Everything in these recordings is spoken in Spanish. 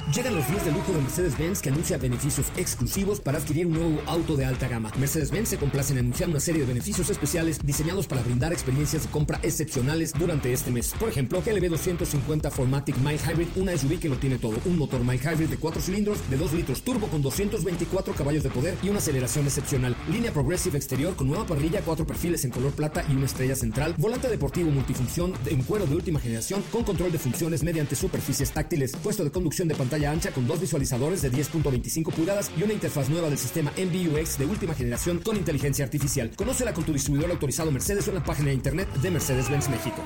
Llegan los días de lujo de Mercedes-Benz, que anuncia beneficios exclusivos para adquirir un nuevo auto de alta gama. Mercedes-Benz se complace en anunciar una serie de beneficios especiales diseñados para brindar experiencias de compra excepcionales durante este mes. Por ejemplo, GLB 250 4MATIC Mild Hybrid, una SUV que lo tiene todo. Un motor Mild Hybrid de 4 cilindros de 2 litros turbo con 224 caballos de poder y una aceleración excepcional. Línea Progressive exterior con nueva parrilla, 4 perfiles en color plata y una estrella central. Volante deportivo multifunción en cuero de última generación con control de funciones mediante superficies táctiles. Puesto de conducción de pantalla ancha con 2 visualizadores de 10.25 pulgadas y una interfaz nueva del sistema MBUX de última generación con inteligencia artificial. Conócela con tu distribuidor autorizado Mercedes o en la página de internet de Mercedes-Benz México.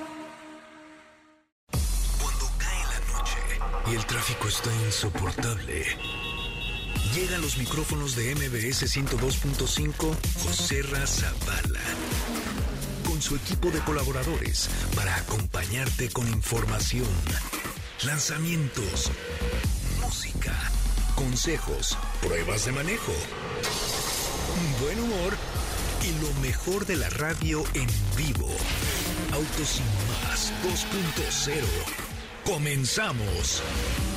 Cuando cae la noche y el tráfico está insoportable, llegan los micrófonos de MBS 102.5 Joserra Zavala, con su equipo de colaboradores para acompañarte con información, lanzamientos, música, consejos, pruebas de manejo, buen humor y lo mejor de la radio en vivo. Autos sin más 2.0. ¡Comenzamos!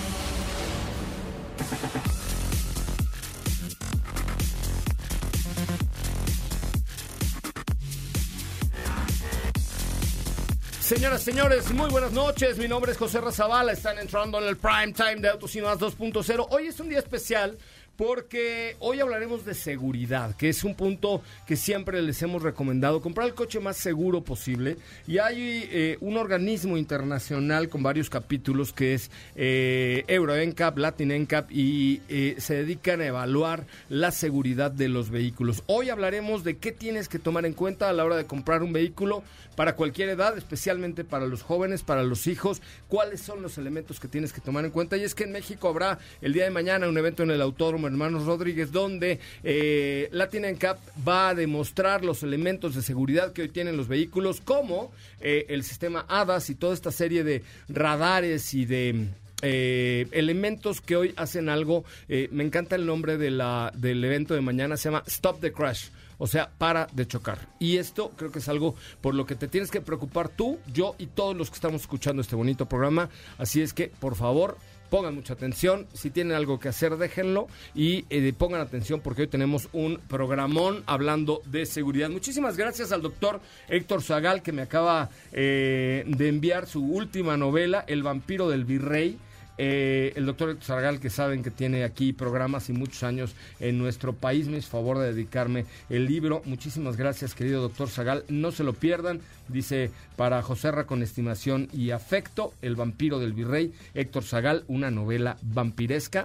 Señoras, señores, muy buenas noches. Mi nombre es Joserra Zavala. Están entrando en el Prime Time de Autos y Más 2.0. Hoy es un día especial porque hoy hablaremos de seguridad, que es un punto que siempre les hemos recomendado, comprar el coche más seguro posible. Y hay un organismo internacional con varios capítulos que es Euro NCAP, Latin NCAP, y se dedican a evaluar la seguridad de los vehículos. Hoy hablaremos de qué tienes que tomar en cuenta a la hora de comprar un vehículo para cualquier edad, especialmente para los jóvenes, para los hijos, cuáles son los elementos que tienes que tomar en cuenta. Y es que en México habrá el día de mañana un evento en el Autódromo Hermanos Rodríguez, donde Latin NCAP va a demostrar los elementos de seguridad que hoy tienen los vehículos, como el sistema ADAS y toda esta serie de radares y de elementos que hoy hacen algo. Me encanta el nombre del evento de mañana, se llama Stop the Crash. O sea, para de chocar. Y esto creo que es algo por lo que te tienes que preocupar tú, yo y todos los que estamos escuchando este bonito programa. Así es que, por favor, pongan mucha atención. Si tienen algo que hacer, déjenlo. Y pongan atención porque hoy tenemos un programón hablando de seguridad. Muchísimas gracias al doctor Héctor Zagal, que me acaba de enviar su última novela, El vampiro del virrey. El doctor Héctor Zagal, que saben que tiene aquí programas y muchos años en nuestro país, me hizo favor de dedicarme el libro. Muchísimas gracias, querido doctor Zagal, no se lo pierdan. Dice, para Joserra con estimación y afecto, El vampiro del virrey, Héctor Zagal, una novela vampiresca.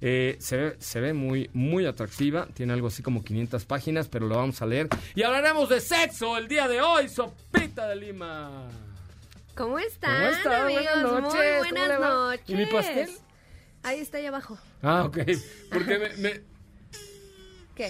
Se ve muy, muy atractiva, tiene algo así como 500 páginas, pero lo vamos a leer. Y hablaremos de sexo el día de hoy, Sopita de Lima. ¿Cómo están, amigos? Buenas noches. Muy buenas noches. ¿Y mi pastel? Ahí está, ahí abajo. Ah, ok. Porque ¿Qué?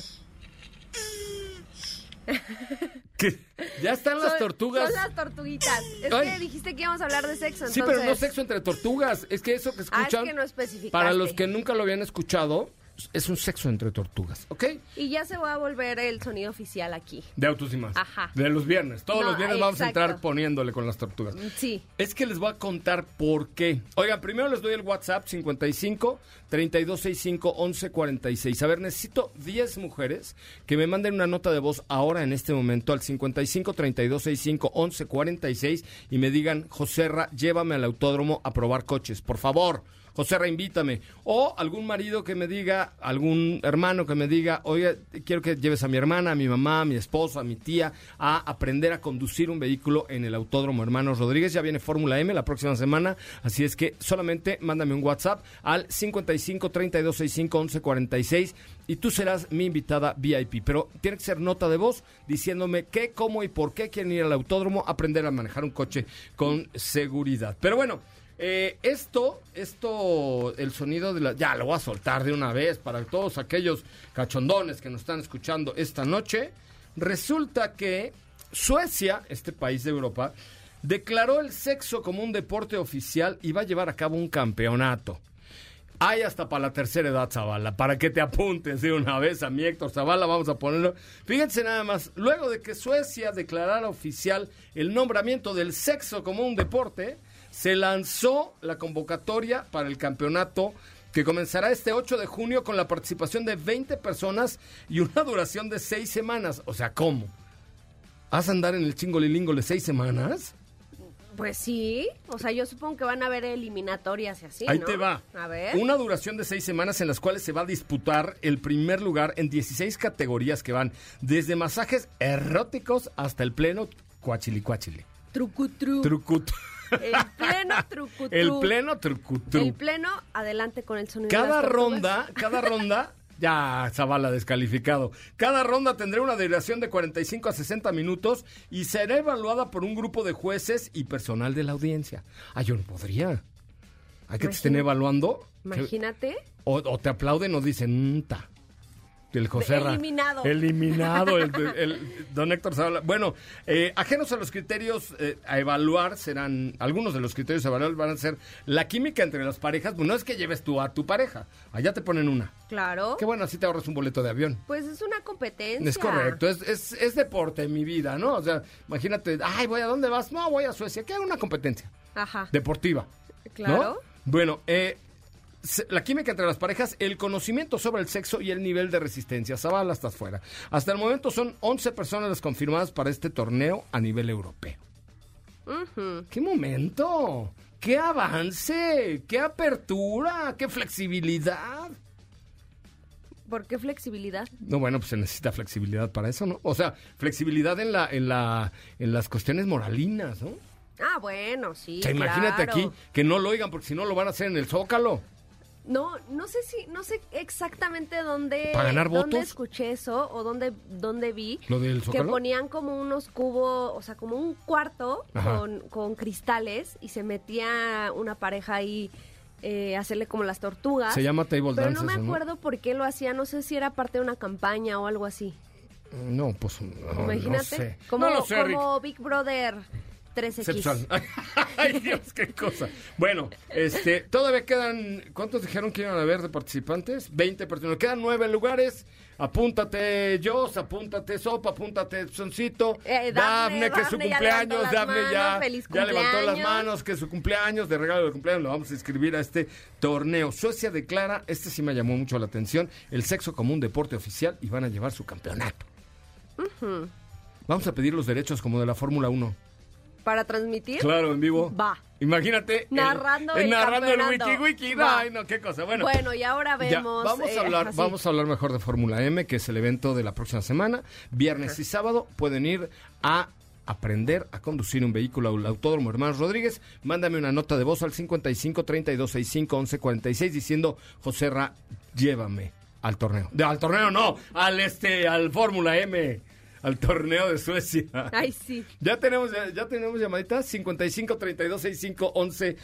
¿Qué? Ya están las tortugas. Son las tortuguitas. Es que dijiste que íbamos a hablar de sexo, entonces... Sí, pero no sexo entre tortugas. Es que eso que escuchan... es que no especificaste. Para los que nunca lo habían escuchado, es un sexo entre tortugas, ¿ok? Y ya se va a volver el sonido oficial aquí. De Autos y Más. Ajá. De los viernes. Todos los viernes vamos a entrar poniéndole con las tortugas. Sí. Es que les voy a contar por qué. Oigan, primero les doy el WhatsApp 55 3265 1146. A ver, necesito 10 mujeres que me manden una nota de voz ahora en este momento al 55 3265 1146 y me digan, Joserra, llévame al autódromo a probar coches, por favor. Joserra, invítame. O algún marido que me diga, algún hermano que me diga, oiga, quiero que lleves a mi hermana, a mi mamá, a mi esposa, a mi tía, a aprender a conducir un vehículo en el Autódromo Hermanos Rodríguez. Ya viene Fórmula M la próxima semana, así es que solamente mándame un WhatsApp al 55 3265 1146 y tú serás mi invitada VIP. Pero tiene que ser nota de voz diciéndome qué, cómo y por qué quieren ir al autódromo a aprender a manejar un coche con seguridad. Pero bueno, esto, el sonido de la... Ya lo voy a soltar de una vez para todos aquellos cachondones que nos están escuchando esta noche. Resulta que Suecia, este país de Europa, declaró el sexo como un deporte oficial y va a llevar a cabo un campeonato. Hay hasta para la tercera edad, Zavala, para que te apuntes de una vez a mi Héctor Zavala, vamos a ponerlo. Fíjense nada más, luego de que Suecia declarara oficial el nombramiento del sexo como un deporte, se lanzó la convocatoria para el campeonato que comenzará este 8 de junio con la participación de 20 personas y una duración de 6 semanas. O sea, ¿cómo? ¿Vas a andar en el Chingolilingole 6 semanas? Pues sí, o sea, yo supongo que van a haber eliminatorias y así, Ahí ¿no? te va. A ver. Una duración de 6 semanas en las cuales se va a disputar el primer lugar en 16 categorías que van desde masajes eróticos hasta el pleno cuachilicuachili. Trucutru. Trucut. El pleno trucutru. El pleno trucutru. El pleno, adelante con el sonido de Cada las tortugas. ronda, ya Zavala descalificado. Cada ronda tendrá una duración de 45 a 60 minutos y será evaluada por un grupo de jueces y personal de la audiencia. Yo no podría. Hay que te estén evaluando. Imagínate. O te aplauden o dicen, ta. El Joserra. Eliminado. Eliminado, el don Héctor Zavala. Bueno, ajenos a los criterios a evaluar serán, algunos de los criterios a evaluar van a ser la química entre las parejas. Pues no es que lleves tú a tu pareja, allá te ponen una. Claro. Qué bueno, así te ahorras un boleto de avión. Pues es una competencia. Es correcto, es deporte en mi vida, ¿no? O sea, imagínate, voy a dónde vas, no, voy a Suecia, que haga una competencia Ajá. deportiva. Claro. ¿No? Bueno, la química entre las parejas, el conocimiento sobre el sexo y el nivel de resistencia. Zavala, estás fuera. Hasta el momento son 11 personas las confirmadas para este torneo a nivel europeo. ¡Qué momento! ¡Qué avance! ¡Qué apertura! ¡Qué flexibilidad! ¿Por qué flexibilidad? No, bueno, pues se necesita flexibilidad para eso, ¿no? O sea, flexibilidad en las cuestiones moralinas, ¿no? Bueno, sí, O sea, imagínate claro. aquí que no lo oigan porque si no lo van a hacer en el Zócalo. No sé exactamente dónde... ¿Para ganar dónde votos? escuché eso o dónde vi. ¿Lo del Que Zócalo? ponían como unos cubos, o sea, como un cuarto Ajá. con cristales y se metía una pareja ahí a hacerle como las tortugas. Se llama table Pero dance no me eso, ¿no? acuerdo por qué lo hacía, no sé si era parte de una campaña o algo así. No, pues no, Imagínate. no sé. Como, No lo sé, Rick. como Big Brother 3X. Sexual. Ay, Dios, qué cosa. Bueno, todavía quedan, ¿cuántos dijeron que iban a haber de participantes? 20 personas. Quedan 9 lugares. Apúntate, Jos, apúntate, Sopa, apúntate, Soncito. Dafne, que es su Dafne ya cumpleaños. levantó las Dafne manos, feliz ya levantó las cumpleaños. manos, que es su cumpleaños, de regalo de cumpleaños, lo vamos a inscribir a este torneo. Suecia declara, sí me llamó mucho la atención, el sexo como un deporte oficial y van a llevar su campeonato. Vamos a pedir los derechos como de la Fórmula 1. ¿Para transmitir? Claro, en vivo. Va. Imagínate. Narrando el narrando el campeonato. wiki. Va. Ay, no, qué cosa. Bueno, Bueno, y ahora ya, vemos... vamos a hablar mejor de Fórmula M, que es el evento de la próxima semana. Viernes y sábado pueden ir a aprender a conducir un vehículo al Autódromo Hermanos Rodríguez. Mándame una nota de voz al 55 32 65 11 46 diciendo, Joserra, llévame al torneo. Al torneo no, al Fórmula M. Al torneo de Suecia. Ay, sí. Ya tenemos llamaditas. 55 32 65 11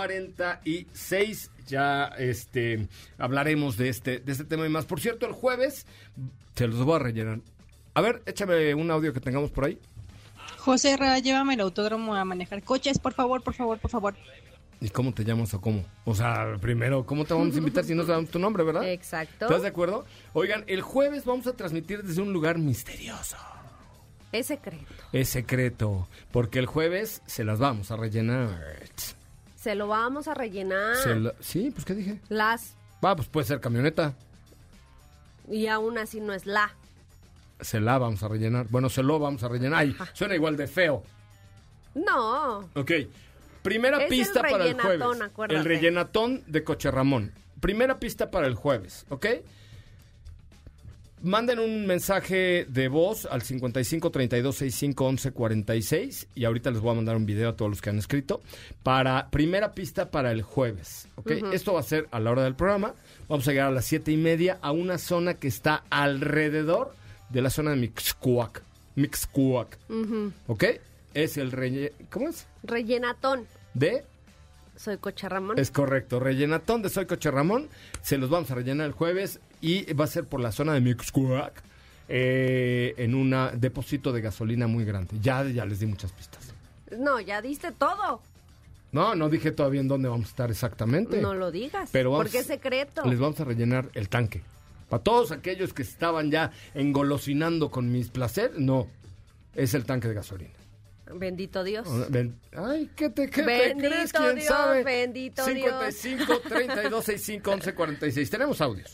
46. Ya hablaremos de este tema y más. Por cierto, el jueves se los voy a rellenar. A ver, échame un audio que tengamos por ahí. Joserra, llévame al autódromo a manejar coches, por favor, por favor, por favor. ¿Y cómo te llamas o cómo? O sea, primero, ¿cómo te vamos a invitar si no sabemos tu nombre, verdad? Exacto. ¿Estás de acuerdo? Oigan, el jueves vamos a transmitir desde un lugar misterioso. Es secreto. Es secreto, porque el jueves se las vamos a rellenar. Se lo vamos a rellenar. Sí, pues ¿qué dije? Pues puede ser camioneta. Y aún así no es la. Se la vamos a rellenar. Bueno, se lo vamos a rellenar. Ay, suena igual de feo. No. Ok. Primera Es pista el para el rellenatón, jueves. acuérdate. El rellenatón de Coche Ramón. Primera pista para el jueves, ¿ok? Manden un mensaje de voz al 55 32 65 11 46 y ahorita les voy a mandar un video a todos los que han escrito para primera pista para el jueves, ¿ok? Esto va a ser a la hora del programa. Vamos a llegar a las 7:30 a una zona que está alrededor de la zona de Mixcoac. ¿Ok? Es el ¿cómo es? Rellenatón. De... Soy Coche Ramón. Es correcto, rellenatón de Soy Coche Ramón. Se los vamos a rellenar el jueves y va a ser por la zona de Mixcoac en un depósito de gasolina muy grande. Ya les di muchas pistas. No, ya diste todo. No dije todavía en dónde vamos a estar exactamente. No lo digas, Pero porque es secreto. Les vamos a rellenar el tanque. Para todos aquellos que estaban ya engolosinando con mis placeres, no, es el tanque de gasolina. Bendito Dios. Ay, ¿qué te Bendito crees? ¿Quién Dios, sabe? bendito 55 32 65 11 46. Tenemos audios.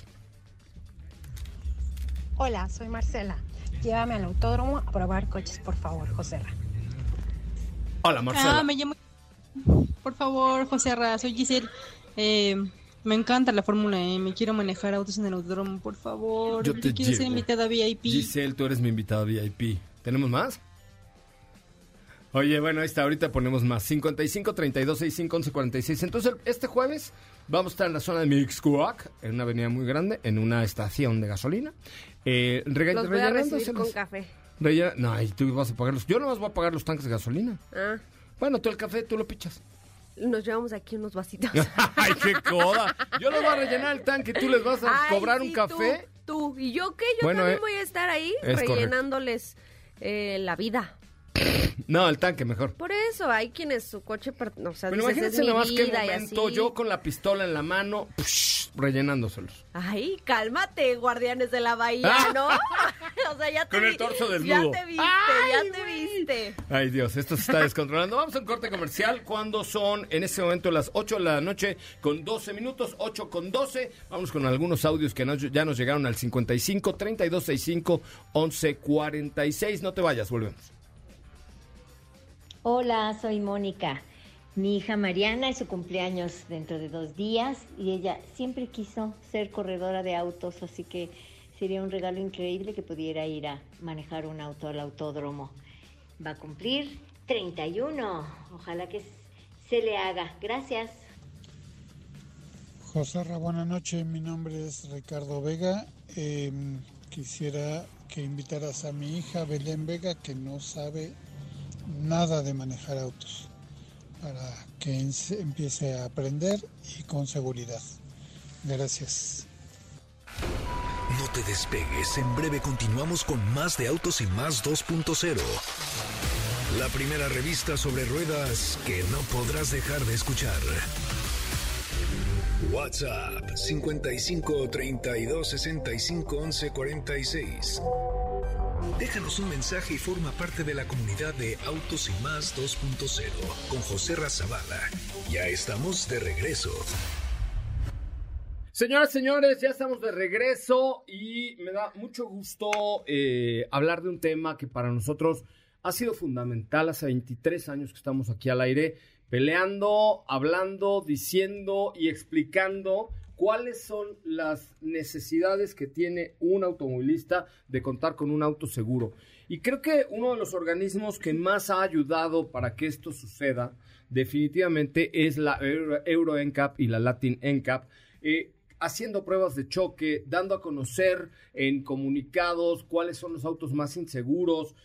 Hola, soy Marcela. Llévame al autódromo a probar coches, por favor, Joserra. Hola, Marcela. Me llamo... Por favor, José Ra, soy Giselle. Me encanta la Fórmula E. Quiero manejar autos en el autódromo, por favor. Yo te quiero ser llevo. invitada VIP. Giselle, tú eres mi invitada VIP. ¿Tenemos más? Oye, bueno, ahí está. Ahorita ponemos más. 55 32 65 11 46. Entonces, este jueves vamos a estar en la zona de Mixcoac, en una avenida muy grande, en una estación de gasolina. Los voy a recibir con café. No, y tú vas a pagarlos. Yo no más voy a pagar los tanques de gasolina. Ah, Bueno, tú el café, tú lo pichas. nos llevamos aquí unos vasitos. ¡Ay, qué coda! Yo les voy a rellenar el tanque, tú les vas a Ay, cobrar sí, un café. Tú. ¿Y yo qué? Yo Bueno, también voy a estar ahí es rellenándoles la vida. No, el tanque mejor. Por eso, hay quienes su coche, o sea, Pero dices, imagínense es mi nada más qué vida y momento, así. yo con la pistola en la mano, rellenándoselos. Ay, cálmate, guardianes de la bahía, ¿no? O sea, ya te Con el vi- torso desnudo. Ya te viste, Ay, ya te güey. viste. Ay, Dios, esto se está descontrolando. Vamos a un corte comercial cuando son en este momento las 8 de la noche con 12 minutos, 8 con 12. Vamos con algunos audios que ya nos llegaron al 55 32 65 11 46. No te vayas, volvemos. Hola, soy Mónica. Mi hija Mariana es su cumpleaños dentro de 2 días y ella siempre quiso ser corredora de autos, así que sería un regalo increíble que pudiera ir a manejar un auto al autódromo. Va a cumplir 31. Ojalá que se le haga. Gracias. Joserra, buenas noches. Mi nombre es Ricardo Vega. Quisiera que invitaras a mi hija Belén Vega, que no sabe nada de manejar autos, para que empiece a aprender y con seguridad. Gracias. No te despegues, en breve continuamos con más de Autos y Más 2.0. La primera revista sobre ruedas que no podrás dejar de escuchar. WhatsApp 55 32 65 11 46. Déjanos un mensaje y forma parte de la comunidad de Autos y Más 2.0 con Joserra Zavala. Ya estamos de regreso. Señoras, señores, ya estamos de regreso y me da mucho gusto hablar de un tema que para nosotros ha sido fundamental. Hace 23 años que estamos aquí al aire, peleando, hablando, diciendo y explicando cuáles son las necesidades que tiene un automovilista de contar con un auto seguro. Y creo que uno de los organismos que más ha ayudado para que esto suceda definitivamente es la Euro NCAP y la Latin NCAP, haciendo pruebas de choque, dando a conocer en comunicados cuáles son los autos más inseguros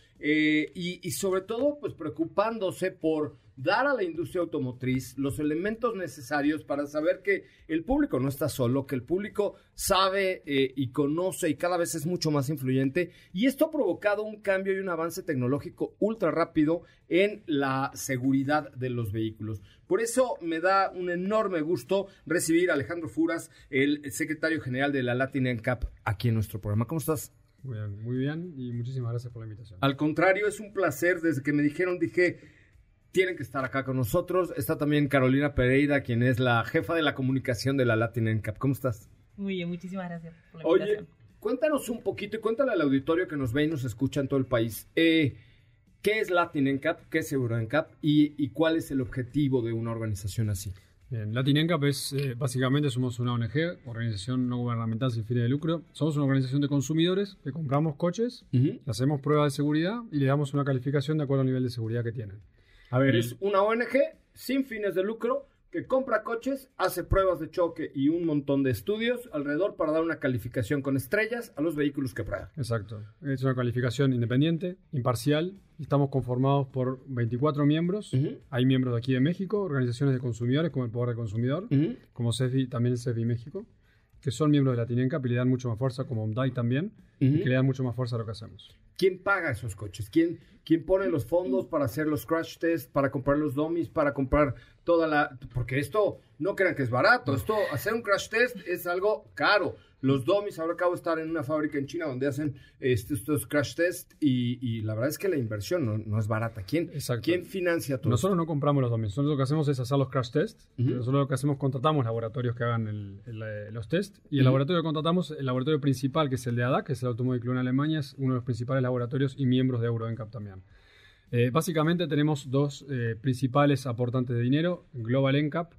y sobre todo pues preocupándose por dar a la industria automotriz los elementos necesarios para saber que el público no está solo, que el público sabe y conoce y cada vez es mucho más influyente, y esto ha provocado un cambio y un avance tecnológico ultra rápido en la seguridad de los vehículos. Por eso me da un enorme gusto recibir a Alejandro Furas, el secretario general de la Latin NCAP, aquí en nuestro programa. ¿Cómo estás? Muy bien, y muchísimas gracias por la invitación. Al contrario, es un placer. Desde que me dijeron, dije, tienen que estar acá con nosotros. Está también Carolina Pereira, quien es la jefa de la comunicación de la Latin NCAP. ¿Cómo estás? Muy bien, muchísimas gracias por la invitación. Oye, cuéntanos un poquito y cuéntale al auditorio que nos ve y nos escucha en todo el país. ¿Qué es Latin NCAP? ¿Qué es Euro NCAP? ¿Y cuál es el objetivo de una organización así? Bien, Latin NCAP es, básicamente somos una ONG, organización no gubernamental sin fines de lucro. Somos una organización de consumidores que compramos coches, hacemos pruebas de seguridad y le damos una calificación de acuerdo al nivel de seguridad que tienen. A ver, es una ONG sin fines de lucro que compra coches, hace pruebas de choque y un montón de estudios alrededor para dar una calificación con estrellas a los vehículos que prueban. Exacto. Es una calificación independiente, imparcial. Estamos conformados por 24 miembros. Hay miembros de aquí de México, organizaciones de consumidores como el Poder del Consumidor, como CEFI, también el CEFI México, que son miembros de Latin NCAP y le dan mucho más fuerza, como OMDAI también, y que le dan mucho más fuerza a lo que hacemos. ¿quién paga esos coches? ¿Quién pone los fondos para hacer los crash tests, para comprar los dummies, para comprar toda la... Porque esto, no crean que es barato. Esto, hacer un crash test es algo caro. Los dummies, ahora acabo de estar en una fábrica en China donde hacen estos crash tests y la verdad es que la inversión no es barata. ¿Quién financia todo? Nosotros no compramos los dummies. Nosotros lo que hacemos es hacer los crash tests. Nosotros lo que hacemos, contratamos laboratorios que hagan los tests. Y el laboratorio que contratamos, el laboratorio principal, que es el de ADAC, que es el Automóvil Club en Alemania, es uno de los principales laboratorios y miembros de Euro NCAP también. Básicamente tenemos dos principales aportantes de dinero, Global NCAP,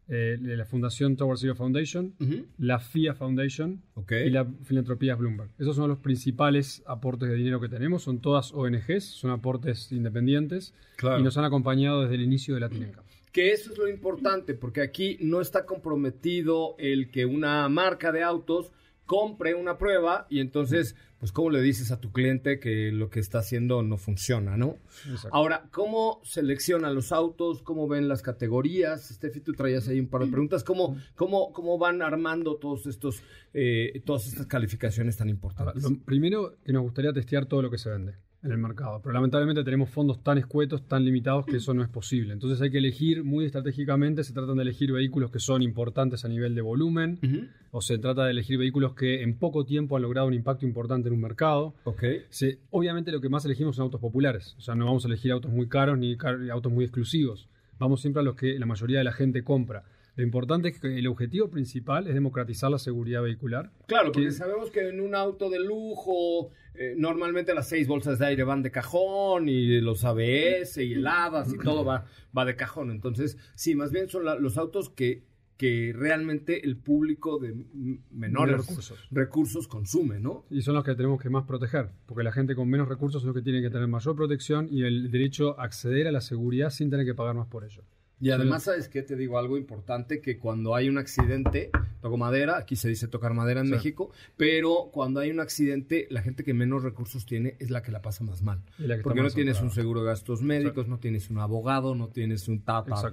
la Fundación Tower Zero Foundation, la FIA Foundation y la Filantropía Bloomberg. Esos son los principales aportes de dinero que tenemos. Son todas ONGs, son aportes independientes y nos han acompañado desde el inicio de Latin NCAP. Que eso es lo importante, porque aquí no está comprometido el que una marca de autos compre una prueba y entonces, pues, ¿cómo le dices a tu cliente que lo que está haciendo no funciona, no? Exacto. Ahora, ¿cómo seleccionan los autos? ¿Cómo ven las categorías? Steffi, tú traías ahí un par de preguntas. ¿Cómo van armando todas estas calificaciones tan importantes? Lo primero, que nos gustaría testear todo lo que se vende en el mercado, pero lamentablemente tenemos fondos tan escuetos, tan limitados, que eso no es posible. Entonces hay que elegir muy estratégicamente. Se tratan de elegir vehículos que son importantes a nivel de volumen, o se trata de elegir vehículos que en poco tiempo han logrado un impacto importante en un mercado. Obviamente lo que más elegimos son autos populares, o sea, no vamos a elegir autos muy caros ni autos muy exclusivos. Vamos siempre a los que la mayoría de la gente compra. Lo importante es que el objetivo principal es democratizar la seguridad vehicular. Claro, porque sabemos que en un auto de lujo normalmente las 6 bolsas de aire van de cajón y los ABS y el ADAS y todo va de cajón. Entonces, sí, más bien son los autos que realmente el público de menores recursos consume, ¿no? Y son los que tenemos que más proteger, porque la gente con menos recursos es los que tiene que tener mayor protección y el derecho a acceder a la seguridad sin tener que pagar más por ello. Y además, ¿sabes qué? Te digo algo importante, que cuando hay un accidente, toco madera, aquí se dice tocar madera en México, pero cuando hay un accidente, la gente que menos recursos tiene es la que la pasa más mal. Porque no tienes un seguro de gastos médicos, no tienes un abogado, no tienes un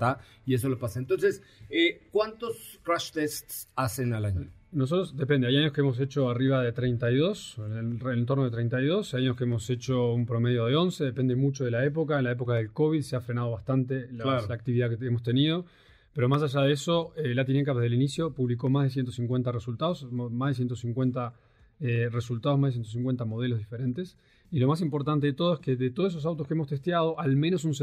y eso le pasa. Entonces, ¿cuántos crash tests hacen al año? Nosotros, depende, hay años que hemos hecho arriba de 32, en el entorno de 32, hay años que hemos hecho un promedio de 11, depende mucho de la época. En la época del COVID se ha frenado bastante la actividad que hemos tenido, pero más allá de eso, Latin NCAP desde el inicio publicó más de 150 resultados, más de 150 modelos diferentes, y lo más importante de todo es que de todos esos autos que hemos testeado, al menos un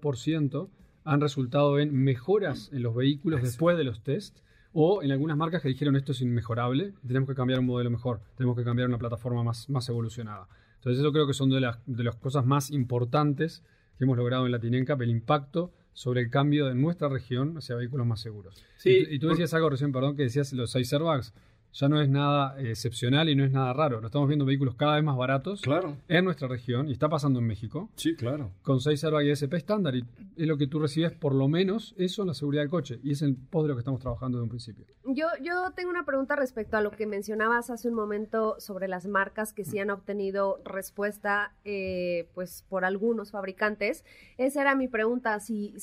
72% han resultado en mejoras en los vehículos después de los tests, o en algunas marcas que dijeron esto es inmejorable, tenemos que cambiar un modelo mejor, tenemos que cambiar una plataforma más evolucionada. Entonces eso creo que son de las cosas más importantes que hemos logrado en Latin NCAP, el impacto sobre el cambio de nuestra región hacia vehículos más seguros. Sí, y tú decías algo recién, perdón, que decías los 6 airbags. Ya no es nada excepcional y no es nada raro. Lo estamos viendo vehículos cada vez más baratos en nuestra región, y está pasando en México. Sí, claro. Con 6 airbags y SP estándar, y es lo que tú recibes, por lo menos eso en la seguridad del coche, y es el pos de lo que estamos trabajando desde un principio. Yo tengo una pregunta respecto a lo que mencionabas hace un momento sobre las marcas que sí han obtenido respuesta pues por algunos fabricantes. Esa era mi pregunta,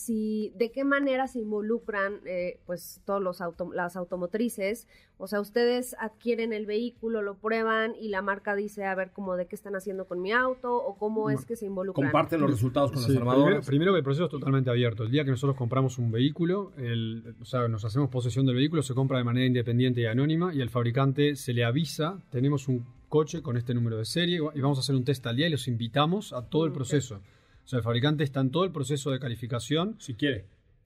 si de qué manera se involucran pues todos las automotrices. O sea, ustedes adquieren el vehículo, lo prueban y la marca dice, a ver, cómo de qué están haciendo con mi auto, o cómo es que se involucran. Comparten los resultados con las armadoras. Primero que el proceso es totalmente abierto. El día que nosotros compramos un vehículo, o sea, nos hacemos posesión del vehículo, se compra de manera independiente y anónima, y al fabricante se le avisa, tenemos un coche con este número de serie y vamos a hacer un test al día, y los invitamos a todo el proceso. O sea, el fabricante está en todo el proceso de calificación. Si quiere.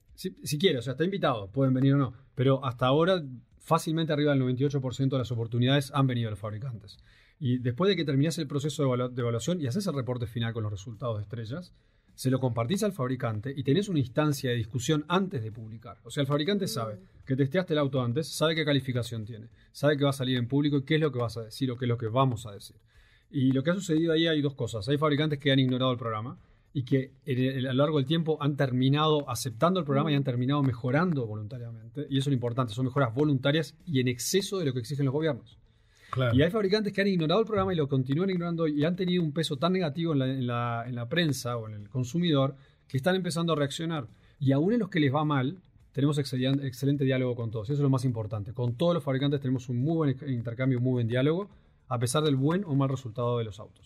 Si quiere, o sea, está invitado, pueden venir o no. Pero hasta ahora, fácilmente arriba del 98% de las oportunidades han venido los fabricantes. Y después de que terminás el proceso de evaluación y haces el reporte final con los resultados de estrellas, se lo compartís al fabricante y tenés una instancia de discusión antes de publicar. O sea, el fabricante sabe que testeaste el auto antes, sabe qué calificación tiene, sabe que va a salir en público y qué es lo que vas a decir o qué es lo que vamos a decir. Y lo que ha sucedido ahí, hay dos cosas. Hay fabricantes que han ignorado el programa y que a lo largo del tiempo han terminado aceptando el programa y han terminado mejorando voluntariamente. Y eso es lo importante, son mejoras voluntarias y en exceso de lo que exigen los gobiernos. Claro. Y hay fabricantes que han ignorado el programa y lo continúan ignorando y han tenido un peso tan negativo en la prensa o en el consumidor que están empezando a reaccionar. Y aún en los que les va mal, tenemos excelente diálogo con todos. Y eso es lo más importante. Con todos los fabricantes tenemos un muy buen intercambio, un muy buen diálogo, a pesar del buen o mal resultado de los autos.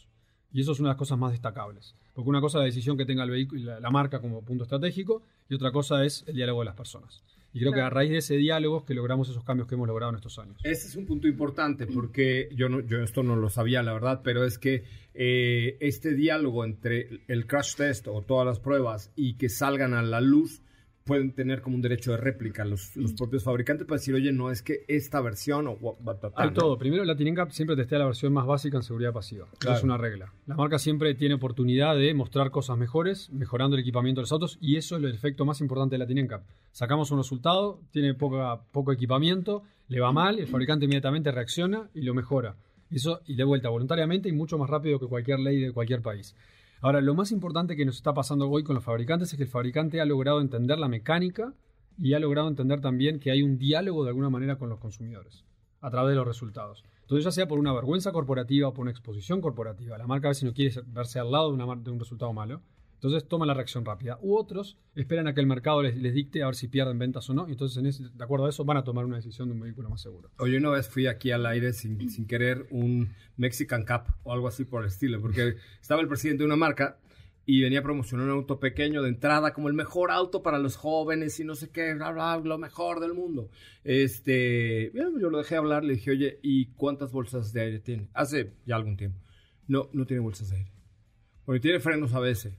Y eso es una de las cosas más destacables. Porque una cosa es la decisión que tenga el vehículo, la marca como punto estratégico, y otra cosa es el diálogo de las personas. Y creo que a raíz de ese diálogo es que logramos esos cambios que hemos logrado en estos años. Ese es un punto importante porque yo esto no lo sabía, la verdad, pero es que este diálogo entre el crash test o todas las pruebas y que salgan a la luz pueden tener como un derecho de réplica los propios fabricantes para decir, oye, no es que esta versión o... Hay todo. Primero, la TNCAP siempre testea la versión más básica en seguridad pasiva. Claro. Eso es una regla. La marca siempre tiene oportunidad de mostrar cosas mejores, mejorando el equipamiento de los autos, y eso es el efecto más importante de la TNCAP. Sacamos un resultado, tiene poco equipamiento, le va mal, el fabricante inmediatamente reacciona y lo mejora. Eso, y de vuelta, voluntariamente y mucho más rápido que cualquier ley de cualquier país. Ahora, lo más importante que nos está pasando hoy con los fabricantes es que el fabricante ha logrado entender la mecánica y ha logrado entender también que hay un diálogo de alguna manera con los consumidores a través de los resultados. Entonces, ya sea por una vergüenza corporativa o por una exposición corporativa, la marca a veces no quiere verse al lado de un resultado malo, entonces toma la reacción rápida. U otros esperan a que el mercado les dicte a ver si pierden ventas o no, y entonces de acuerdo a eso van a tomar una decisión de un vehículo más seguro. Oye, una vez fui aquí al aire sin querer un Mexican Cup o algo así por el estilo, porque estaba el presidente de una marca y venía a promocionar un auto pequeño de entrada como el mejor auto para los jóvenes y no sé qué, bla, bla, lo mejor del mundo. Yo lo dejé hablar, le dije, oye, ¿y cuántas bolsas de aire tiene? Hace ya algún tiempo. No tiene bolsas de aire. Porque tiene frenos ABS.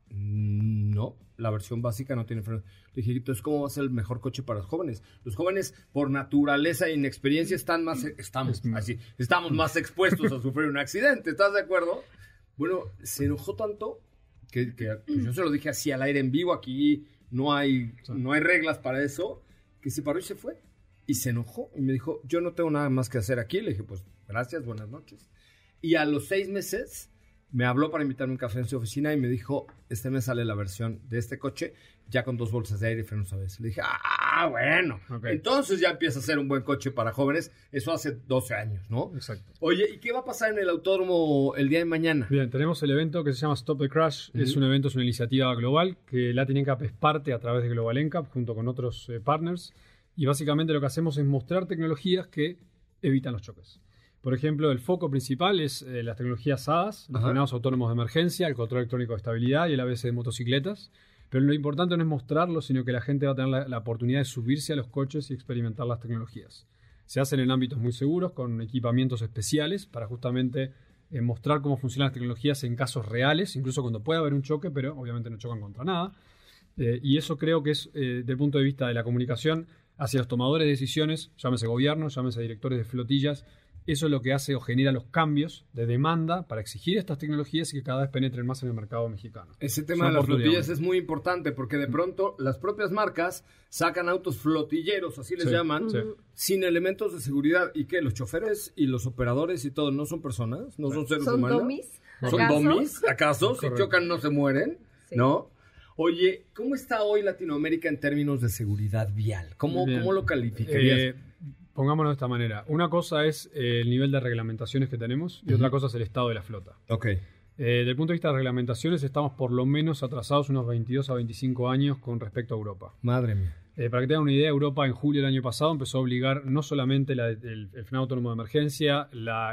No, la versión básica no tiene frenos. Le dije, entonces, ¿cómo va a ser el mejor coche para los jóvenes? Los jóvenes, por naturaleza e inexperiencia, estamos más expuestos a sufrir un accidente. ¿Estás de acuerdo? Bueno, se enojó tanto que yo se lo dije así al aire en vivo. Aquí no hay reglas para eso. Que se paró y se fue. Y se enojó y me dijo, yo no tengo nada más que hacer aquí. Le dije, pues, gracias, buenas noches. Y a los 6 meses... me habló para invitarme a un café en su oficina y me dijo, este mes sale la versión de este coche ya con 2 bolsas de aire y frenos ABS. Le dije, bueno, okay. Entonces ya empieza a ser un buen coche para jóvenes. Eso hace 12 años, ¿no? Exacto. Oye, ¿y qué va a pasar en el autódromo el día de mañana? Bien, tenemos el evento que se llama Stop the Crash. Es una iniciativa global que Latin NCAP es parte a través de Global NCAP junto con otros partners. Y básicamente lo que hacemos es mostrar tecnologías que evitan los choques. Por ejemplo, el foco principal es las tecnologías ADAS, los frenados autónomos de emergencia, el control electrónico de estabilidad y el ABS de motocicletas. Pero lo importante no es mostrarlo, sino que la gente va a tener la oportunidad de subirse a los coches y experimentar las tecnologías. Se hacen en ámbitos muy seguros, con equipamientos especiales, para justamente mostrar cómo funcionan las tecnologías en casos reales, incluso cuando pueda haber un choque, pero obviamente no chocan contra nada. Y eso creo que es, desde el punto de vista de la comunicación, hacia los tomadores de decisiones, llámese gobierno, llámese directores de flotillas. Eso es lo que hace o genera los cambios de demanda para exigir estas tecnologías y que cada vez penetren más en el mercado mexicano. Ese tema de las flotillas es muy importante porque de pronto las propias marcas sacan autos flotilleros, así les llaman, sin elementos de seguridad. ¿Y qué? ¿Los choferes y los operadores y todo no son personas? ¿No son seres humanos? ¿Son dummies? ¿Acaso? Si chocan no se mueren, sí. ¿No? Oye, ¿cómo está hoy Latinoamérica en términos de seguridad vial? ¿Cómo lo calificarías? Pongámoslo de esta manera. Una cosa es el nivel de reglamentaciones que tenemos y otra cosa es el estado de la flota. Okay. Desde el punto de vista de reglamentaciones estamos por lo menos atrasados unos 22 a 25 años con respecto a Europa. Madre mía. Para que tengan una idea, Europa en julio del año pasado empezó a obligar no solamente el frenado autónomo de emergencia,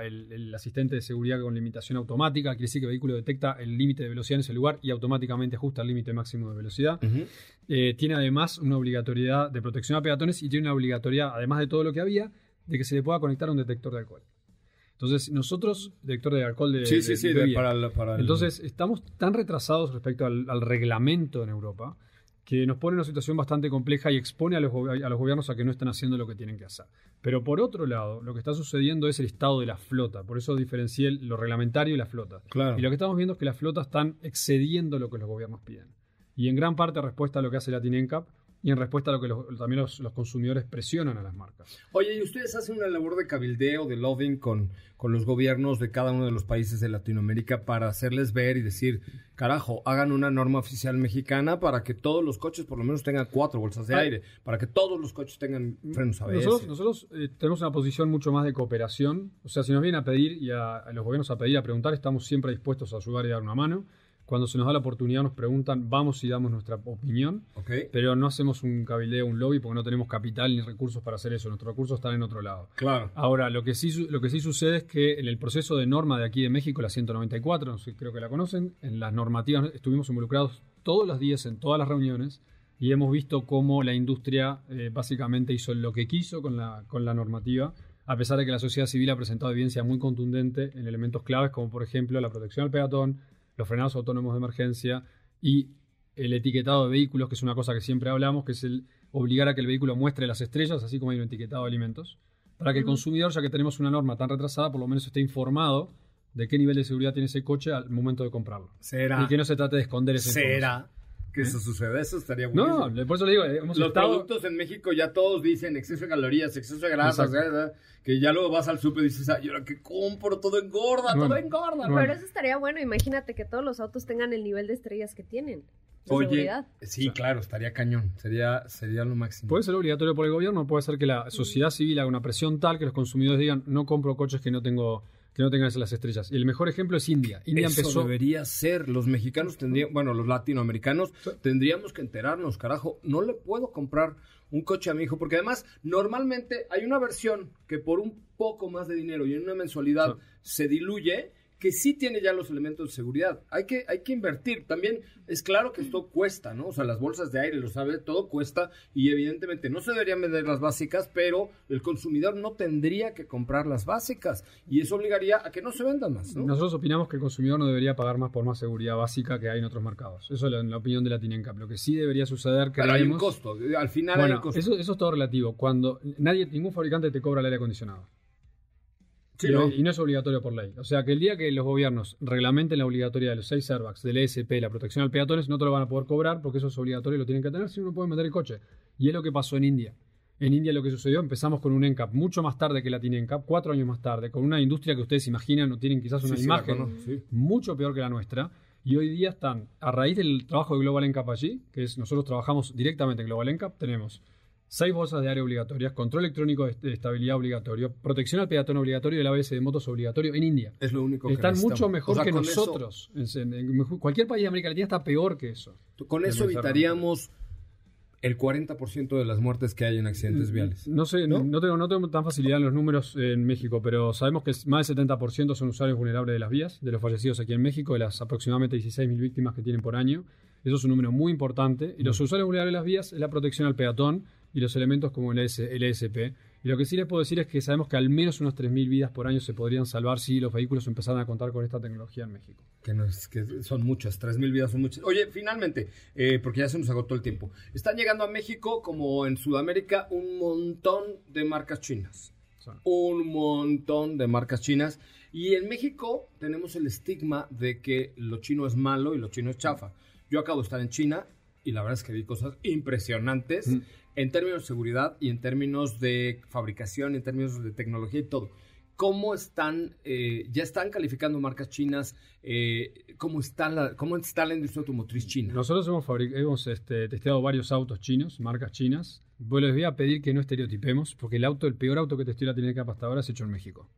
el asistente de seguridad con limitación automática, quiere decir que el vehículo detecta el límite de velocidad en ese lugar y automáticamente ajusta el límite máximo de velocidad. Tiene además una obligatoriedad de protección a peatones y tiene una obligatoriedad, además de todo lo que había, de que se le pueda conectar a un detector de alcohol. Entonces, nosotros, detector de alcohol Entonces, estamos tan retrasados respecto al reglamento en Europa que nos pone en una situación bastante compleja y expone a los gobiernos a que no están haciendo lo que tienen que hacer. Pero por otro lado, lo que está sucediendo es el estado de la flota. Por eso diferencié lo reglamentario y la flota. Claro. Y lo que estamos viendo es que las flotas están excediendo lo que los gobiernos piden. Y en gran parte respuesta a lo que hace Latin NCAP y en respuesta a lo que también los consumidores presionan a las marcas. Oye, ¿y ustedes hacen una labor de cabildeo, de lobbying con los gobiernos de cada uno de los países de Latinoamérica para hacerles ver y decir, carajo, hagan una norma oficial mexicana para que todos los coches por lo menos tengan 4 bolsas de aire, para que todos los coches tengan frenos ABS? Nosotros tenemos una posición mucho más de cooperación. O sea, si nos vienen a pedir y a los gobiernos a pedir, a preguntar, estamos siempre dispuestos a ayudar y dar una mano. cuando se nos da la oportunidad nos preguntan, vamos y damos nuestra opinión, pero no hacemos un cabildeo, un lobby, porque no tenemos capital ni recursos para hacer eso. Nuestros recursos están en otro lado. Claro. Ahora, lo que sí sucede es que en el proceso de norma de aquí de México, la 194, no sé, creo que la conocen, en las normativas estuvimos involucrados todos los días en todas las reuniones y hemos visto cómo la industria básicamente hizo lo que quiso con la normativa, a pesar de que la sociedad civil ha presentado evidencia muy contundente en elementos claves como, por ejemplo, la protección al peatón, los frenados autónomos de emergencia y el etiquetado de vehículos, que es una cosa que siempre hablamos, que es el obligar a que el vehículo muestre las estrellas, así como hay un etiquetado de alimentos, para que el consumidor, ya que tenemos una norma tan retrasada, por lo menos esté informado de qué nivel de seguridad tiene ese coche al momento de comprarlo. ¿Será? Y que no se trate de esconder esa información. ¿Será que eso sucede? Eso estaría buenísimo. No, por eso le digo, los productos en México ya todos dicen exceso de calorías, exceso de grasas, que ya luego vas al súper y dices, ¿y ahora qué compro? Todo engorda, todo engorda. Pero eso estaría bueno, imagínate que todos los autos tengan el nivel de estrellas que tienen. Seguridad. Sí, claro, estaría cañón, sería lo máximo. Puede ser obligatorio por el gobierno, puede ser que la sociedad civil haga una presión tal que los consumidores digan, no compro coches que no tengan las estrellas. Y el mejor ejemplo es India. Eso debería ser. Los mexicanos los latinoamericanos tendríamos que enterarnos, carajo. No le puedo comprar un coche a mi hijo, porque además normalmente hay una versión que por un poco más de dinero y en una mensualidad se diluye, que sí tiene ya los elementos de seguridad. Hay que invertir. También es claro que esto cuesta, ¿no? O sea, las bolsas de aire, lo sabe, todo cuesta y evidentemente no se deberían vender las básicas, pero el consumidor no tendría que comprar las básicas y eso obligaría a que no se vendan más, ¿no? Nosotros opinamos que el consumidor no debería pagar más por más seguridad básica que hay en otros mercados. Eso es la opinión de Latinencap. Lo que sí debería suceder, pero hay un costo. Al final hay un costo. Eso es todo relativo. Cuando ningún fabricante te cobra el aire acondicionado. Sí, y no es obligatorio por ley. O sea, que el día que los gobiernos reglamenten la obligatoriedad de los 6 airbags, del ESP, la protección al peatones, no te lo van a poder cobrar porque eso es obligatorio y lo tienen que tener si uno puede meter el coche. Y es lo que pasó en India. En India lo que sucedió, empezamos con un NCAP mucho más tarde que la NCAP, 4 años más tarde, con una industria que ustedes imaginan o tienen quizás una imagen mucho peor que la nuestra. Y hoy día están, a raíz del trabajo de Global NCAP allí, que es nosotros trabajamos directamente en Global NCAP, tenemos 6 bolsas de aire obligatorias, control electrónico de estabilidad obligatorio, protección al peatón obligatorio y el ABS de motos obligatorio en India. Es lo único que están necesitamos. Mucho mejor que nosotros. En cualquier país de América Latina está peor que eso. Con eso evitaríamos el 40% de las muertes que hay en accidentes viales. No sé, no tengo tan facilidad en los números en México, pero sabemos que más del 70% son usuarios vulnerables de las vías, de los fallecidos aquí en México, de las aproximadamente 16.000 víctimas que tienen por año. Eso es un número muy importante. Y los usuarios vulnerables de las vías es la protección al peatón y los elementos como el ESP. Y lo que sí les puedo decir es que sabemos que al menos unas 3.000 vidas por año se podrían salvar si los vehículos empezaran a contar con esta tecnología en México. Que son muchas, 3.000 vidas son muchas. Oye, finalmente, porque ya se nos agotó el tiempo, están llegando a México, como en Sudamérica, un montón de marcas chinas. Un montón de marcas chinas. Y en México tenemos el estigma de que lo chino es malo y lo chino es chafa. Yo acabo de estar en China y la verdad es que vi cosas impresionantes en términos de seguridad y en términos de fabricación, en términos de tecnología y todo. ¿Cómo están, ya están calificando marcas chinas? ¿Cómo está la industria automotriz china? Nosotros hemos testeado varios autos chinos, marcas chinas. Pues les voy a pedir que no estereotipemos, porque el peor auto que testeó la Latinencap hasta ahora es hecho en México.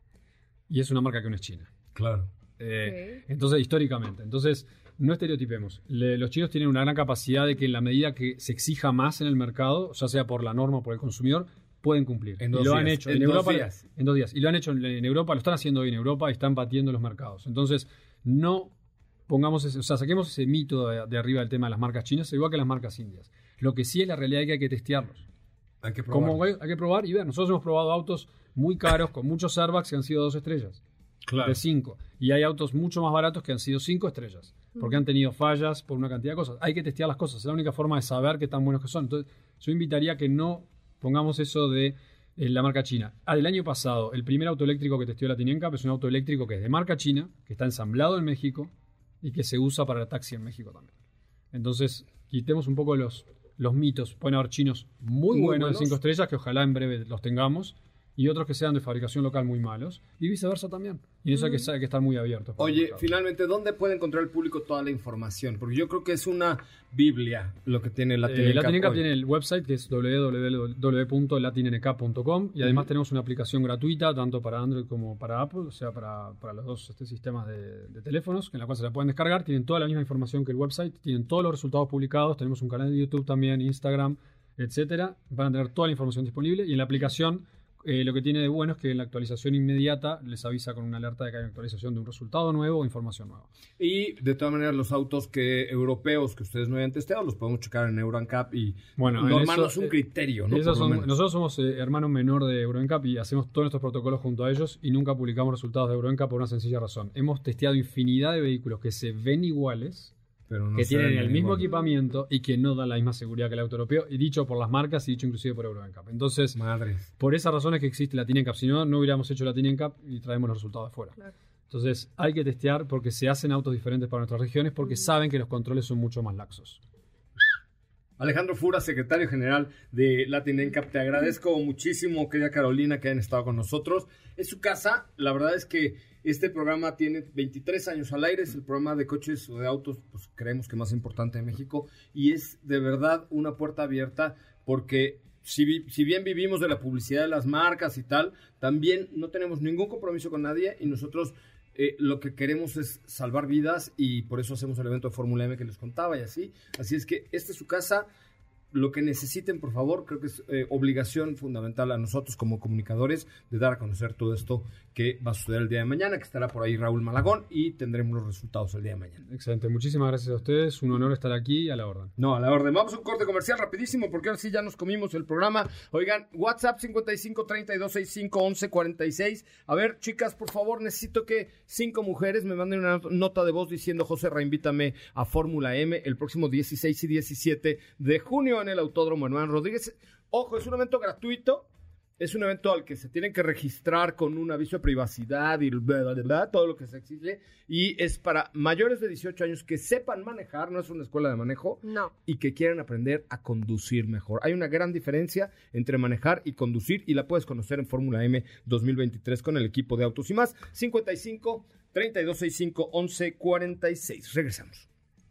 Y es una marca que no es china. Claro. Entonces, históricamente. Entonces, no estereotipemos. Los chinos tienen una gran capacidad de que en la medida que se exija más en el mercado, ya sea por la norma o por el consumidor, pueden cumplir. En 2 días. Han hecho en Europa. En 2 días. Y lo han hecho en Europa, lo están haciendo hoy en Europa y están batiendo los mercados. Entonces, no pongamos saquemos ese mito de arriba del tema de las marcas chinas, igual que las marcas indias. Lo que sí es la realidad es que hay que testearlos. Hay que probar. Hay que probar y ver. Nosotros hemos probado autos muy caros con muchos airbags que han sido 2 estrellas. Claro. De 5. Y hay autos mucho más baratos que han sido 5 estrellas. Porque han tenido fallas por una cantidad de cosas. Hay que testear las cosas. Es la única forma de saber qué tan buenos que son. Entonces, yo invitaría que no pongamos eso de la marca china. El año pasado, el primer auto eléctrico que testeó la Latinencap es un auto eléctrico que es de marca china, que está ensamblado en México y que se usa para el taxi en México también. Entonces, quitemos un poco los mitos. Pueden haber chinos muy buenos de 5 estrellas, que ojalá en breve los tengamos, y otros que sean de fabricación local muy malos, y viceversa también. Y eso hay que estar muy abiertos. Oye, finalmente, ¿dónde puede encontrar el público toda la información? Porque yo creo que es una biblia lo que tiene Latin NCAP. Latin NCAP tiene el website que es www.latinnCap.com y además tenemos una aplicación gratuita tanto para Android como para Apple, o sea, para los dos sistemas de teléfonos, en la cual se la pueden descargar. Tienen toda la misma información que el website, tienen todos los resultados publicados, tenemos un canal de YouTube también, Instagram, etcétera. Van a tener toda la información disponible y en la aplicación lo que tiene de bueno es que en la actualización inmediata les avisa con una alerta de que hay una actualización de un resultado nuevo o información nueva. Y de todas maneras los autos europeos que ustedes no hayan testeado los podemos checar en Euro NCAP y normarnos un criterio, ¿no? Nosotros somos hermano menor de Euro NCAP y hacemos todos nuestros protocolos junto a ellos y nunca publicamos resultados de Euro NCAP por una sencilla razón. Hemos testeado infinidad de vehículos que se ven iguales, pero no que tienen el mismo equipamiento y que no dan la misma seguridad que el auto europeo, y dicho por las marcas y dicho inclusive por Euro NCAP. Entonces, por esas razones que existe Latin NCAP. Si no, no hubiéramos hecho Latin NCAP y traemos los resultados de fuera. Claro. Entonces, hay que testear porque se hacen autos diferentes para nuestras regiones porque saben que los controles son mucho más laxos. Alejandro Fura, secretario general de Latin NCAP, te agradezco muchísimo, querida Carolina, que hayan estado con nosotros. Es su casa, la verdad es que este programa tiene 23 años al aire, es el programa de coches o de autos, pues creemos que más importante de México, y es de verdad una puerta abierta porque si bien vivimos de la publicidad de las marcas y tal, también no tenemos ningún compromiso con nadie y nosotros lo que queremos es salvar vidas y por eso hacemos el evento de Fórmula M que les contaba y así es que esta es su casa. Lo que necesiten, por favor, creo que es obligación fundamental a nosotros como comunicadores de dar a conocer todo esto que va a suceder el día de mañana, que estará por ahí Raúl Malagón y tendremos los resultados el día de mañana. Excelente, muchísimas gracias a ustedes, un honor estar aquí, a la orden. No, a la orden. Vamos a un corte comercial rapidísimo porque ahora sí ya nos comimos el programa. Oigan, WhatsApp 5532651146. A ver, chicas, por favor, necesito que 5 mujeres me manden una nota de voz diciendo: José, reinvítame a Fórmula M el próximo 16 y 17 de junio en el Autódromo Hernán Rodríguez. Ojo, es un evento gratuito, es un evento al que se tienen que registrar con un aviso de privacidad y todo lo que se exige, y es para mayores de 18 años que sepan manejar, no es una escuela de manejo, y que quieran aprender a conducir mejor. Hay una gran diferencia entre manejar y conducir y la puedes conocer en Fórmula M 2023 con el equipo de Autos y Más. 55-3265-1146. Regresamos.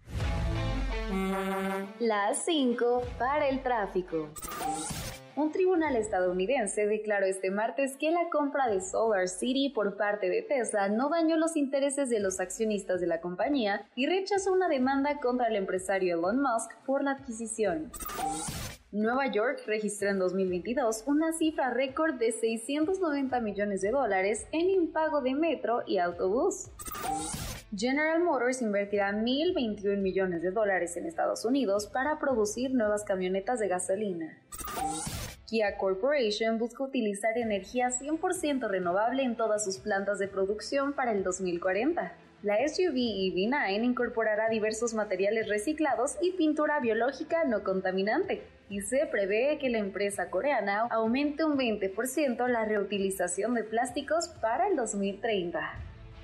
Las 5 para el tráfico. Un tribunal estadounidense declaró este martes que la compra de SolarCity por parte de Tesla no dañó los intereses de los accionistas de la compañía y rechazó una demanda contra el empresario Elon Musk por la adquisición. Nueva York registró en 2022 una cifra récord de $690 millones en impago de metro y autobús. General Motors invertirá $1,021 millones en Estados Unidos para producir nuevas camionetas de gasolina. Kia Corporation busca utilizar energía 100% renovable en todas sus plantas de producción para el 2040. La SUV EV9 incorporará diversos materiales reciclados y pintura biológica no contaminante, y se prevé que la empresa coreana aumente un 20% la reutilización de plásticos para el 2030.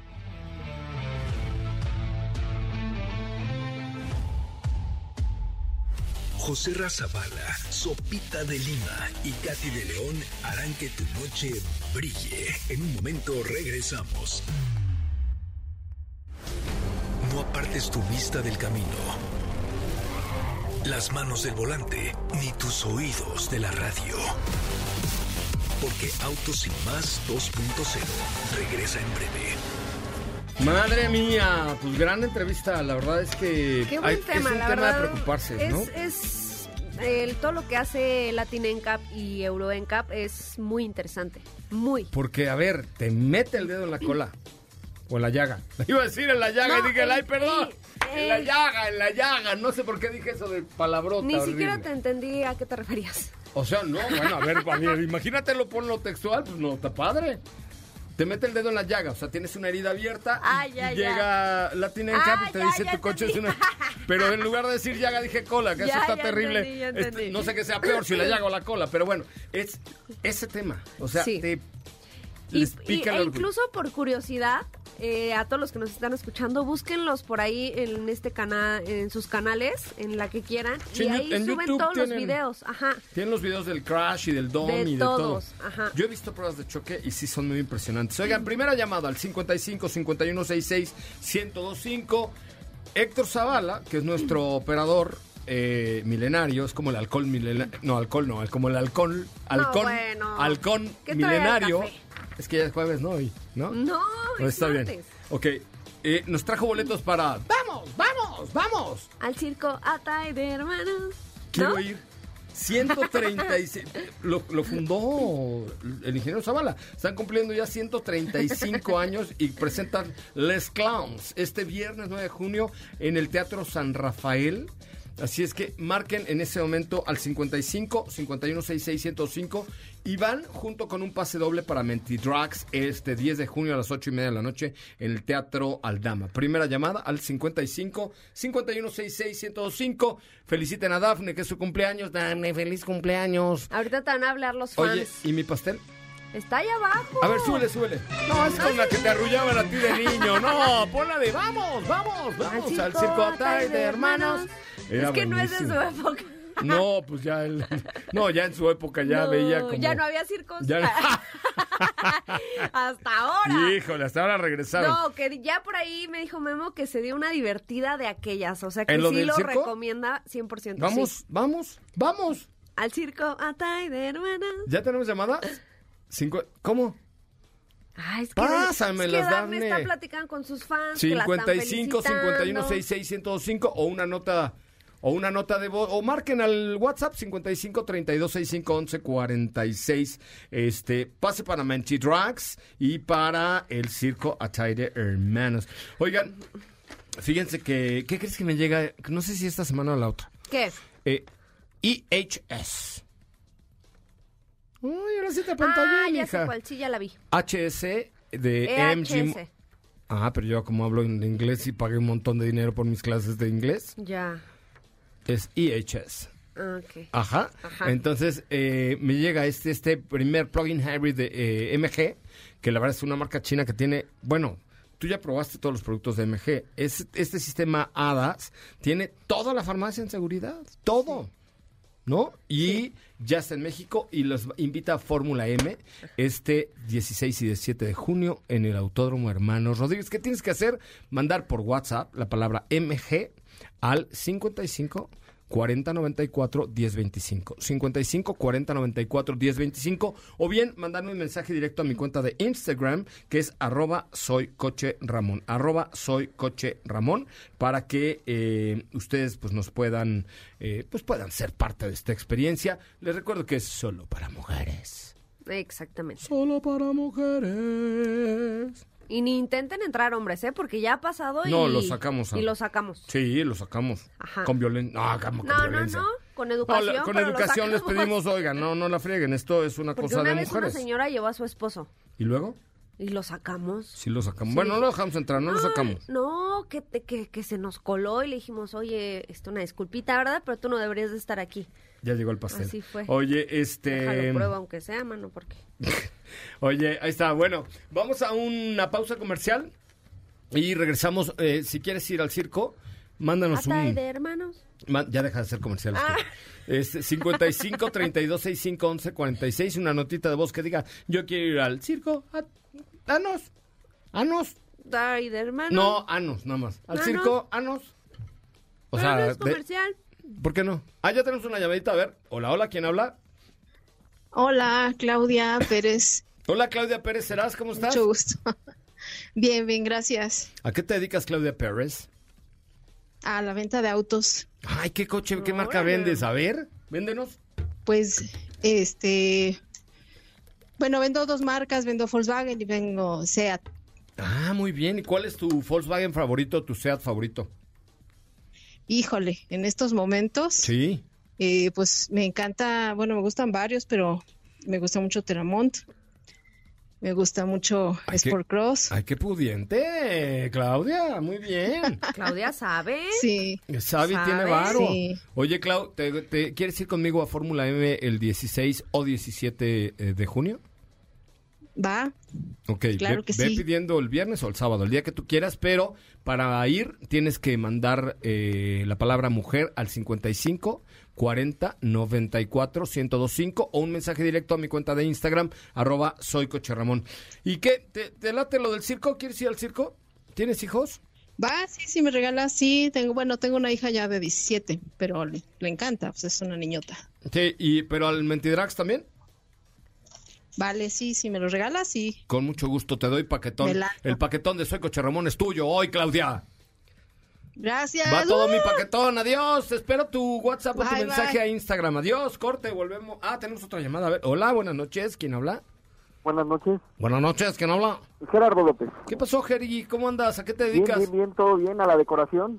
José Razabala, Sopita de Lima y Katy de León harán que tu noche brille. En un momento regresamos. No apartes tu vista del camino, las manos del volante, ni tus oídos de la radio. Porque Autos y Más 2.0 regresa en breve. Madre mía, pues gran entrevista, la verdad es que qué buen tema, es un la tema verdad, de preocuparse, ¿no? Todo lo que hace Latin NCAP y Euro NCAP es muy interesante, muy. Porque, a ver, te mete el dedo en la cola o en la llaga. Iba a decir en la llaga y dije, ay, perdón, en la llaga, no sé por qué dije eso de palabrota. Ni horrible. siquiera te entendí a qué te referías. O sea, no, bueno, a ver, imagínatelo, ponlo textual, pues no, está padre. Te mete el dedo en la llaga, o sea, tienes una herida abierta y llega Latin NCAP y te dice tu coche es una... Pero en lugar de decir llaga dije cola, que eso está terrible. Entendí. No sé qué sea peor, si la llaga o la cola, pero bueno, es ese tema. O sea, sí. les pica el orgullo. Incluso por curiosidad, a todos los que nos están escuchando, búsquenlos por ahí en este canal, en sus canales, en la que quieran. Sí, y ahí en suben YouTube todos los tienen- videos. Ajá. Tienen los videos del crash y del DOM De y de todos, todo. ajá. Yo he visto pruebas de choque y sí son muy impresionantes. Oigan, primera llamada al 55 51 66 1025. Héctor Zavala, que es nuestro operador milenario, es como el alcohol milenario. No, alcohol no, es como el halcón. bueno. Halcón ¿Qué trae al milenario. café? Es que ya es jueves, ¿no? Hoy, ¿no? No, Pues está bien. martes. Ok. Nos trajo boletos para. ¡Vamos! ¡Vamos! ¡Vamos! Al circo Atay de hermanos. Quiero ¿No? ir. 136. Lo fundó el ingeniero Zavala. Están cumpliendo ya 135 años y presentan Les Clowns este viernes 9 de junio en el Teatro San Rafael. Así es que marquen en ese momento al 55 51 66 105 y van junto con un pase doble para Mentidrags este 10 de junio a las 8:30 de la noche en el Teatro Aldama. Primera llamada al 55 51 66 105. Feliciten a Dafne, que es su cumpleaños. Dafne, feliz cumpleaños. Ahorita te van a hablar los fans. Oye, ¿y mi pastel? Está ahí abajo. A ver, súbele. No, es con la que te arrullaban a ti de niño. No, ponla de vamos al circo Atay de hermanos. Era Es que no es de su buenísimo. época. No, pues ya ya en su época ya No, veía como... ya no había circos. Ya- Hasta ahora. Híjole, hasta ahora regresaron. No, que ya por ahí me dijo Memo que se dio una divertida de aquellas. O sea que ¿En lo sí del lo circo? recomienda 100%. Vamos, sí. vamos. Al circo Atay de hermanas. ¿Ya tenemos llamadas? ¿Cómo? Ay, es que Pásamelas, es que Dafne Dafne. está platicando con sus fans. que la están 55 51 felicitando. 66 105 o una nota de voz, o marquen al WhatsApp 55 32 65 11 46. Pase para Mentidrags y para el circo Atay de hermanos. Oigan, fíjense ¿qué crees que me llega? No sé si esta semana o la otra. ¿Qué? EHS. Uy, ahora sí te pantalla, ya sé mija. cuál, sí, ya la vi. HS de EHS. MG. Pero yo como hablo en inglés y pagué un montón de dinero por mis clases de inglés, Ya. es EHS. Ok. Ajá. Entonces me llega este primer plugin hybrid de MG, que la verdad es una marca china que tiene, bueno, tú ya probaste todos los productos de MG. Este sistema ADAS tiene toda la farmacia en seguridad, todo. ¿No? Y ya está en México y los invita a Fórmula M 16 y 17 de junio en el Autódromo Hermanos Rodríguez. ¿Qué tienes que hacer? Mandar por WhatsApp la palabra MG al 55 40 94 10 25. 55 40 94 10 25. O bien mandarme un mensaje directo a mi cuenta de Instagram, que es @soycocheramon. @soycocheramon, para que ustedes pues nos puedan ser parte de esta experiencia. Les recuerdo que es solo para mujeres. Exactamente. Solo para mujeres. Y ni intenten entrar hombres, porque ya ha pasado y... No, lo sacamos. Y lo sacamos. Sí, lo sacamos. Ajá. Con violencia. Con violencia. No, con educación. Con pero lo educación les sacamos. pedimos, oigan, no la frieguen, esto es una Porque cosa una de vez mujeres. una señora llevó a su esposo ¿Y luego? y lo sacamos. Sí lo sacamos. Sí. Bueno, no lo dejamos entrar, no lo sacamos. No, que se nos coló y le dijimos, oye, una disculpita, ¿verdad? Pero tú no deberías de estar aquí. Ya llegó el pastel. Así fue. Oye, Déjalo prueba, aunque sea, mano, porque... Oye, ahí está. Bueno, vamos a una pausa comercial y regresamos. Si quieres ir al circo, mándanos Atay de hermanos. Ya deja de hacer comerciales. 55 32 65 11 46. Una notita de voz que diga: yo quiero ir al circo. Anos. Atay de hermanos. No, anos, nada más. Al circo, anos. O Pero sea, no es comercial. ¿por qué no? Ya tenemos una llamadita. A ver, hola, ¿quién habla? Hola, Claudia Pérez. Hola, Claudia Pérez, ¿serás? ¿Cómo estás? Mucho gusto. Bien, gracias. ¿A qué te dedicas, Claudia Pérez? A la venta de autos. Ay, ¿qué coche, qué marca vendes? A ver, véndenos. Pues, bueno, vendo dos marcas, vendo Volkswagen y vendo Seat. Muy bien. ¿Y cuál es tu Volkswagen favorito, tu Seat favorito? Híjole, en estos momentos, Sí. pues me encanta, bueno, me gustan varios, pero me gusta mucho Teramont. Me gusta mucho Sport Cross. ¡Ay, qué pudiente, Claudia! Muy bien. Claudia sabe. Sí. Sabe, tiene varo. Sí. Oye, Clau, ¿te quieres ir conmigo a Fórmula M el 16 o 17 de junio? Va. Ok, Claro que ve sí. pidiendo el viernes o el sábado, el día que tú quieras, pero para ir tienes que mandar la palabra mujer al 55 40 94 1025 o un mensaje directo a mi cuenta de Instagram, @soycocherramón. ¿Y qué? ¿Te late lo del circo? ¿Quieres ir al circo? ¿Tienes hijos? Va, sí, me regalas, sí, tengo una hija ya de 17, pero le encanta, pues es una niñota. Sí, pero al Mentidrags también. Vale, sí, me lo regalas, sí. Con mucho gusto te doy paquetón. Me lanzo. El paquetón de Soy Coche Ramón es tuyo hoy, Claudia. Gracias. Va todo mi paquetón, adiós. Espero tu WhatsApp o tu Bye, mensaje bye. a Instagram. Adiós, corte, volvemos. Tenemos otra llamada. A ver, hola, buenas noches. ¿Quién habla? Buenas noches. Buenas noches, ¿quién habla? Gerardo López. ¿Qué pasó, Geri? ¿Cómo andas? ¿A qué te Bien, dedicas? bien, todo bien, a la decoración.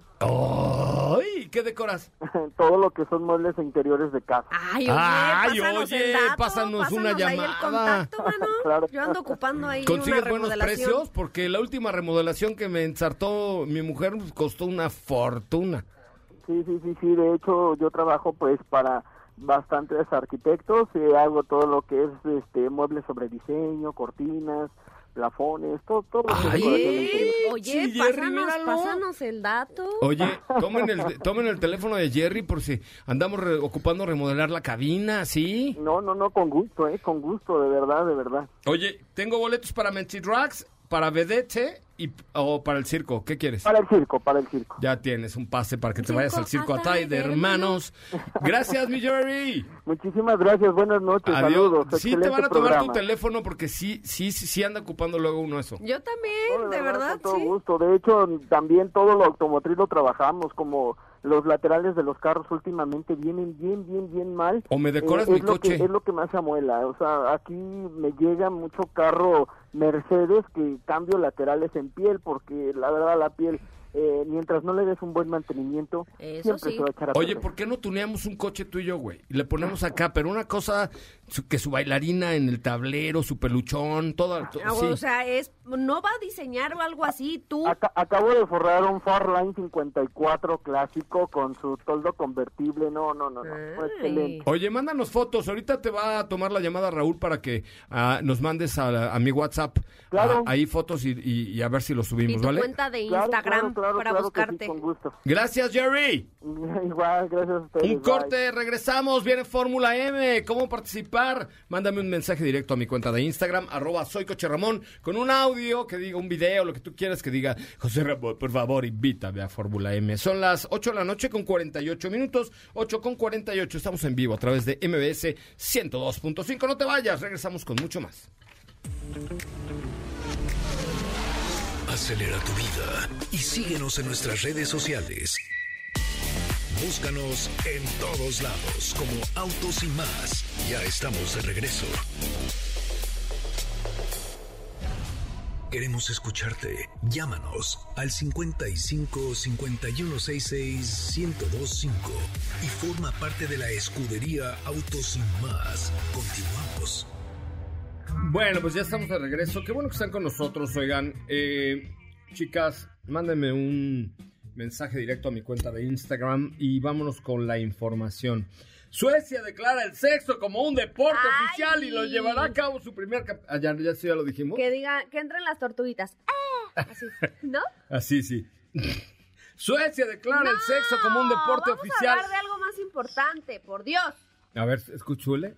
¡Ay! ¿Qué decoras? Todo lo que son muebles e interiores de casa. Ay, pásanos oye, el dato, pásanos una ahí el llamada. contacto, mano. Claro. Yo ando ocupando ahí ¿Consigues una buenos remodelación. precios? Porque la última remodelación que me ensartó mi mujer costó una fortuna. Sí, de hecho yo trabajo pues para bastantes arquitectos, hago todo lo que es muebles sobre diseño, cortinas, plafones, todo lo que es decoración de interior. Oye, Sí, Jerry, míralo. pásanos el dato. Oye, tomen el teléfono de Jerry por si andamos ocupando remodelar la cabina, ¿sí? No, con gusto, con gusto, de verdad. Oye, tengo boletos para Mentidrags, para Vedette o para el circo. ¿Qué quieres? Para el circo. Ya tienes un pase para que te vayas al circo Atay de hermanos. Gracias, mi Jerry. Muchísimas gracias, buenas noches, Adiós. saludos. Sí te van a tomar tu programa. teléfono porque sí anda ocupando luego uno eso. Yo también, No, de verdad, con todo sí. gusto. De hecho, también todo lo automotriz lo trabajamos, como los laterales de los carros últimamente vienen bien mal. O me decoras Es mi lo coche. que- es lo que más amuela. O sea, aquí me llega mucho carro Mercedes que cambio laterales en piel, porque la verdad la piel, mientras no le des un buen mantenimiento, Eso siempre sí. se va a echar a Oye, perder. ¿por qué no tuneamos un coche tú y yo, güey? Y le ponemos acá, pero una cosa, que su bailarina en el tablero, su peluchón, todo. Sí. O sea, no va a diseñar o algo así, tú. Acabo de forrar un Farline 54 clásico con su toldo convertible. No, fue excelente. Oye, mándanos fotos. Ahorita te va a tomar la llamada Raúl para que nos mandes a mi WhatsApp Claro. ahí fotos y a ver si lo Y subimos, tu ¿vale? cuenta de Claro, Instagram para claro que buscarte. sí, con gusto. Gracias, Jerry. Igual, gracias a ustedes. Un bye. corte, regresamos, viene Fórmula M. ¿Cómo participar? Mándame un mensaje directo a mi cuenta de Instagram, @soycocherramón, con un audio que diga, un video, lo que tú quieras que diga, José Ramón, por favor, invítame a Fórmula M. Son las 8 de la noche con 48 minutos, 8:48. Estamos en vivo a través de MBS 102.5. No te vayas, regresamos con mucho más. Acelera tu vida y síguenos en nuestras redes sociales. Búscanos en todos lados como Autos y Más. Ya estamos de regreso. Queremos escucharte. Llámanos al 55 5166 1025 y forma parte de la escudería Autos y Más. Continuamos. Bueno, pues ya estamos de regreso. Qué bueno que están con nosotros, oigan. Chicas, mándenme un mensaje directo a mi cuenta de Instagram y vámonos con la información. Suecia declara el sexo como un deporte oficial y lo llevará a cabo su primer... ya lo dijimos. Que diga, que entren las tortuguitas. Así, ¿no? Así, sí. Suecia declara el sexo como un deporte vamos oficial. a hablar de algo más importante, por Dios. A ver, escúchale.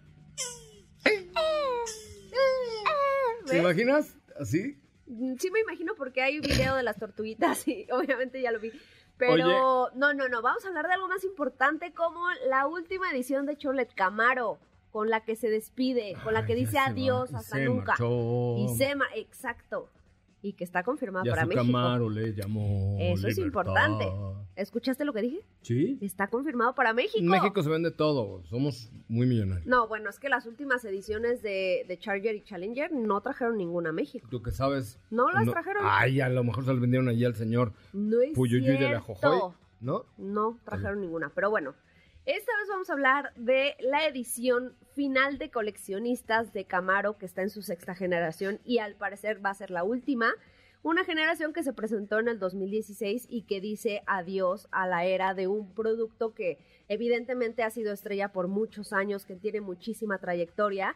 ¿Te ¿Ves? imaginas? ¿Así? Sí me imagino porque hay un video de las tortuguitas y obviamente ya lo vi. Pero no, vamos a hablar de algo más importante como la última edición de Cholet Camaro, con la que se despide, con la que dice adiós, hasta nunca. Exacto. Y que está confirmada Ya para su México. Camaro le llamó Eso es Libertad. importante. ¿Escuchaste lo que dije? ¿Sí? Está confirmado para México. En México se vende todo, somos muy millonarios. No, bueno, es que las últimas ediciones de Charger y Challenger no trajeron ninguna a México. Tú que sabes. No las trajeron. Ay, a lo mejor se las vendieron allí al señor No es Puyuyuy de la cierto. Jojoy, ¿no? No trajeron ninguna, pero bueno. Esta vez vamos a hablar de la edición final de coleccionistas de Camaro, que está en su 6ª generación y al parecer va a ser la última. Una generación que se presentó en el 2016 y que dice adiós a la era de un producto que evidentemente ha sido estrella por muchos años, que tiene muchísima trayectoria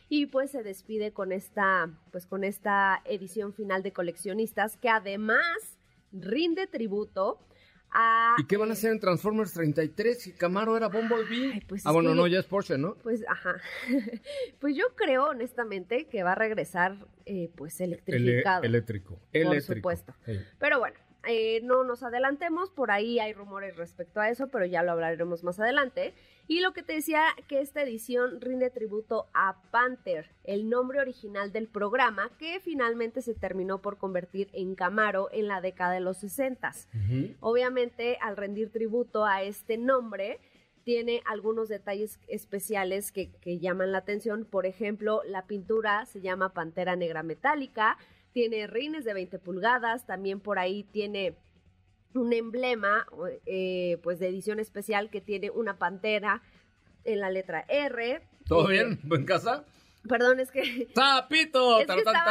y pues se despide con esta edición final de coleccionistas que además rinde tributo a... ¿Y qué van a hacer en Transformers 33 si Camaro era Bumblebee? Ay, pues bueno, que, no, ya es Porsche, ¿no? Pues, ajá. Pues yo creo, honestamente, que va a regresar, pues, electrificado. Eléctrico. Por supuesto. Sí. Pero bueno, no nos adelantemos, por ahí hay rumores respecto a eso, pero ya lo hablaremos más adelante. Y lo que te decía, que esta edición rinde tributo a Panther, el nombre original del programa, que finalmente se terminó por convertir en Camaro en la década de los 60s. Uh-huh. Obviamente, al rendir tributo a este nombre, tiene algunos detalles especiales que llaman la atención. Por ejemplo, la pintura se llama Pantera Negra Metálica, tiene rines de 20 pulgadas, también por ahí tiene un emblema pues de edición especial que tiene una pantera en la letra R. ¿Todo bien? ¿En casa? Perdón, es que... ¡Zapito! Es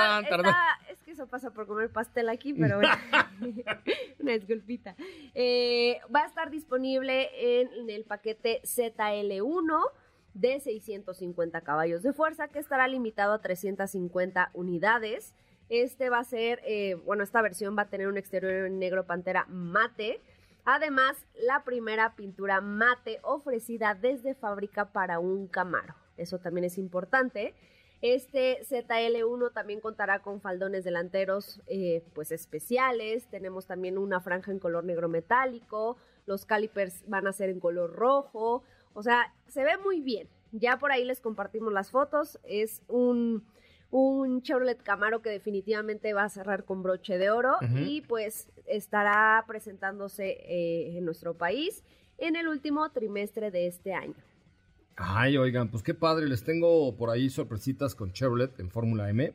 que eso pasa por comer pastel aquí, pero bueno, una disculpita. Va a estar disponible en el paquete ZL1 de 650 caballos de fuerza, que estará limitado a 350 unidades. Va a ser, esta versión va a tener un exterior en negro pantera mate. Además, la primera pintura mate ofrecida desde fábrica para un Camaro. Eso también es importante. Este ZL1 también contará con faldones delanteros pues especiales. Tenemos también una franja en color negro metálico. Los calipers van a ser en color rojo. O sea, se ve muy bien. Ya por ahí les compartimos las fotos. Es un Chevrolet Camaro que definitivamente va a cerrar con broche de oro. Uh-huh. Y pues estará presentándose en nuestro país en el último trimestre de este año. Ay, oigan, pues qué padre, les tengo por ahí sorpresitas con Chevrolet en Fórmula M.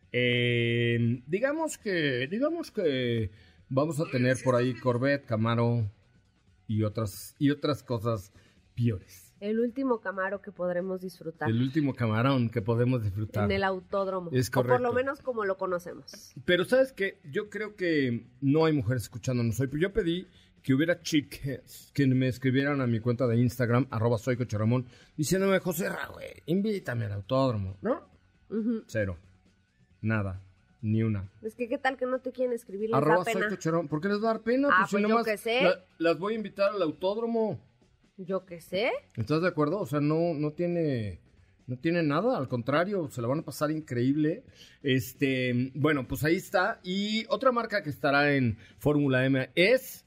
Digamos que vamos a tener por ahí Corvette, Camaro y otras cosas peores. El último Camaro que podremos disfrutar. El último Camarón que podemos disfrutar. En el autódromo. Es correcto. O por lo menos como lo conocemos. Pero ¿sabes qué? Yo creo que no hay mujeres escuchándonos hoy, pero yo pedí que hubiera chicas que me escribieran a mi cuenta de Instagram, @soycocheramón, diciéndome, José güey, invítame al autódromo, ¿no? Uh-huh. Cero. Nada. Ni una. Es que, ¿qué tal que no te quieren escribir? Les da pena. ¿Por qué les va a dar pena? Pues si yo qué sé. Las voy a invitar al autódromo. Yo qué sé. ¿Estás de acuerdo? O sea, no tiene nada, al contrario, se la van a pasar increíble. Bueno, pues ahí está. Y otra marca que estará en Fórmula M es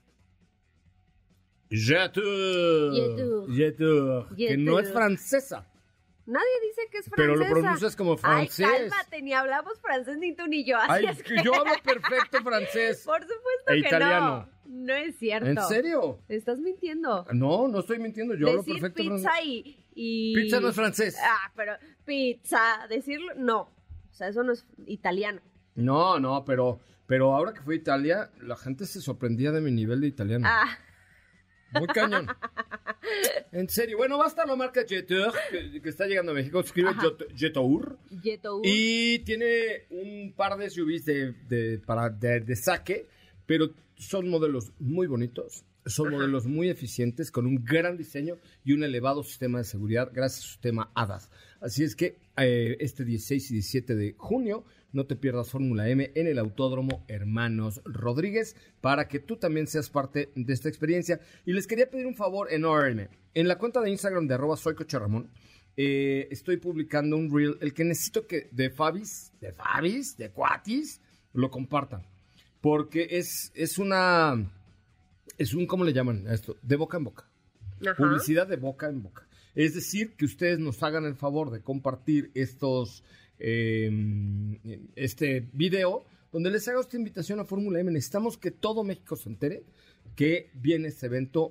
Jetour, que no es francesa. Nadie dice que es francesa. Pero lo pronuncias como francés. Ay, cálmate, ni hablamos francés ni tú ni yo. Ay, es que yo hablo perfecto francés. Por supuesto que italiano. No es cierto. ¿En serio? ¿Estás mintiendo? No estoy mintiendo. Yo hablo perfecto pizza francés. y... Pizza no es francés. Pero pizza, decirlo, no. O sea, eso no es italiano. No, pero ahora que fui a Italia, la gente se sorprendía de mi nivel de italiano. Muy cañón. En serio. Bueno, va a estar la marca Jetour, que está llegando a México. Se escribe Jetour. Y tiene un par de SUVs de saque, pero son modelos muy bonitos. Son modelos muy eficientes, con un gran diseño y un elevado sistema de seguridad gracias a su sistema ADAS. Así es que este 16 y 17 de junio no te pierdas Fórmula M en el Autódromo Hermanos Rodríguez para que tú también seas parte de esta experiencia. Y les quería pedir un favor enorme. En la cuenta de Instagram de @soycocheramón estoy publicando un reel, el que necesito que de Cuatis, lo compartan. Porque es un, ¿cómo le llaman a esto? De boca en boca. Ajá. Publicidad de boca en boca. Es decir, que ustedes nos hagan el favor de compartir este video donde les haga esta invitación a Fórmula M. Necesitamos que todo México se entere que viene este evento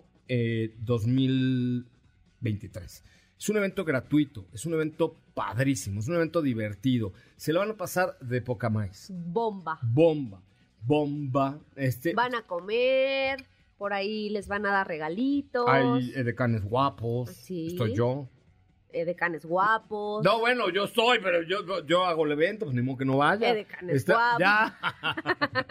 2023. Es un evento gratuito, es un evento padrísimo, es un evento divertido. Se lo van a pasar de poca más. Bomba. Van a comer, por ahí les van a dar regalitos. Hay edecanes guapos. Sí. Estoy yo. Edecanes guapos. No, bueno, yo soy, pero yo hago el evento, pues ni modo que no vaya. Edecanes guapos. Ya.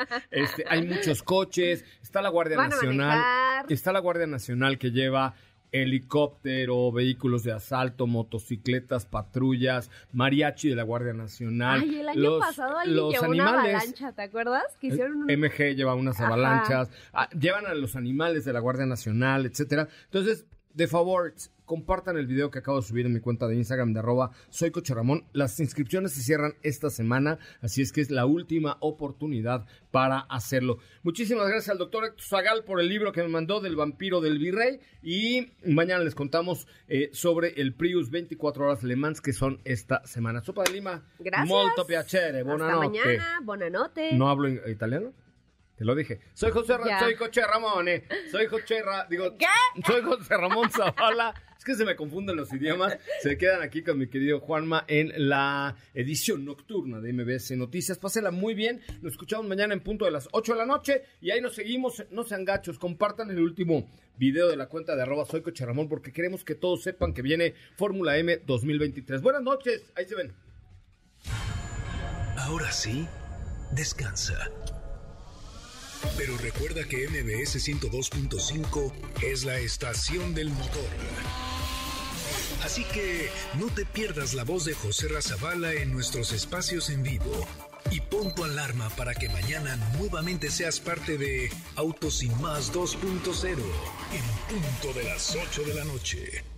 Hay muchos coches. Está la Guardia Nacional. Está la Guardia Nacional que lleva helicóptero, vehículos de asalto, motocicletas, patrullas, mariachi de la Guardia Nacional. Ay, el año pasado alguien llevó una avalancha, ¿te acuerdas? Que hicieron MG lleva unas avalanchas, llevan a los animales de la Guardia Nacional, etcétera. Entonces, de favor, compartan el video que acabo de subir en mi cuenta de Instagram de @soycocheramón. Las inscripciones se cierran esta semana, así es que es la última oportunidad para hacerlo. Muchísimas gracias al doctor Héctor Zagal por el libro que me mandó del vampiro del virrey, y mañana les contamos sobre el Prius 24 horas Le Mans que son esta semana. Sopa de Lima. Gracias. Molto piacere. Buonanotte. Hasta mañana. Buonanotte. ¿No hablo en italiano? Te lo dije. Soy José Ramón. Soy José Ramón Zavala. Es que se me confunden los idiomas. Se quedan aquí con mi querido Juanma en la edición nocturna de MBS Noticias. Pásela muy bien. Nos escuchamos mañana en punto de las 8 de la noche. Y ahí nos seguimos. No sean gachos. Compartan el último video de la cuenta de @soycocheramón porque queremos que todos sepan que viene Fórmula M 2023. Buenas noches. Ahí se ven. Ahora sí, descansa. Pero recuerda que MBS 102.5 es la estación del motor. Así que no te pierdas la voz de José Razabala en nuestros espacios en vivo. Y pon tu alarma para que mañana nuevamente seas parte de Autos y Más 2.0 en punto de las 8 de la noche.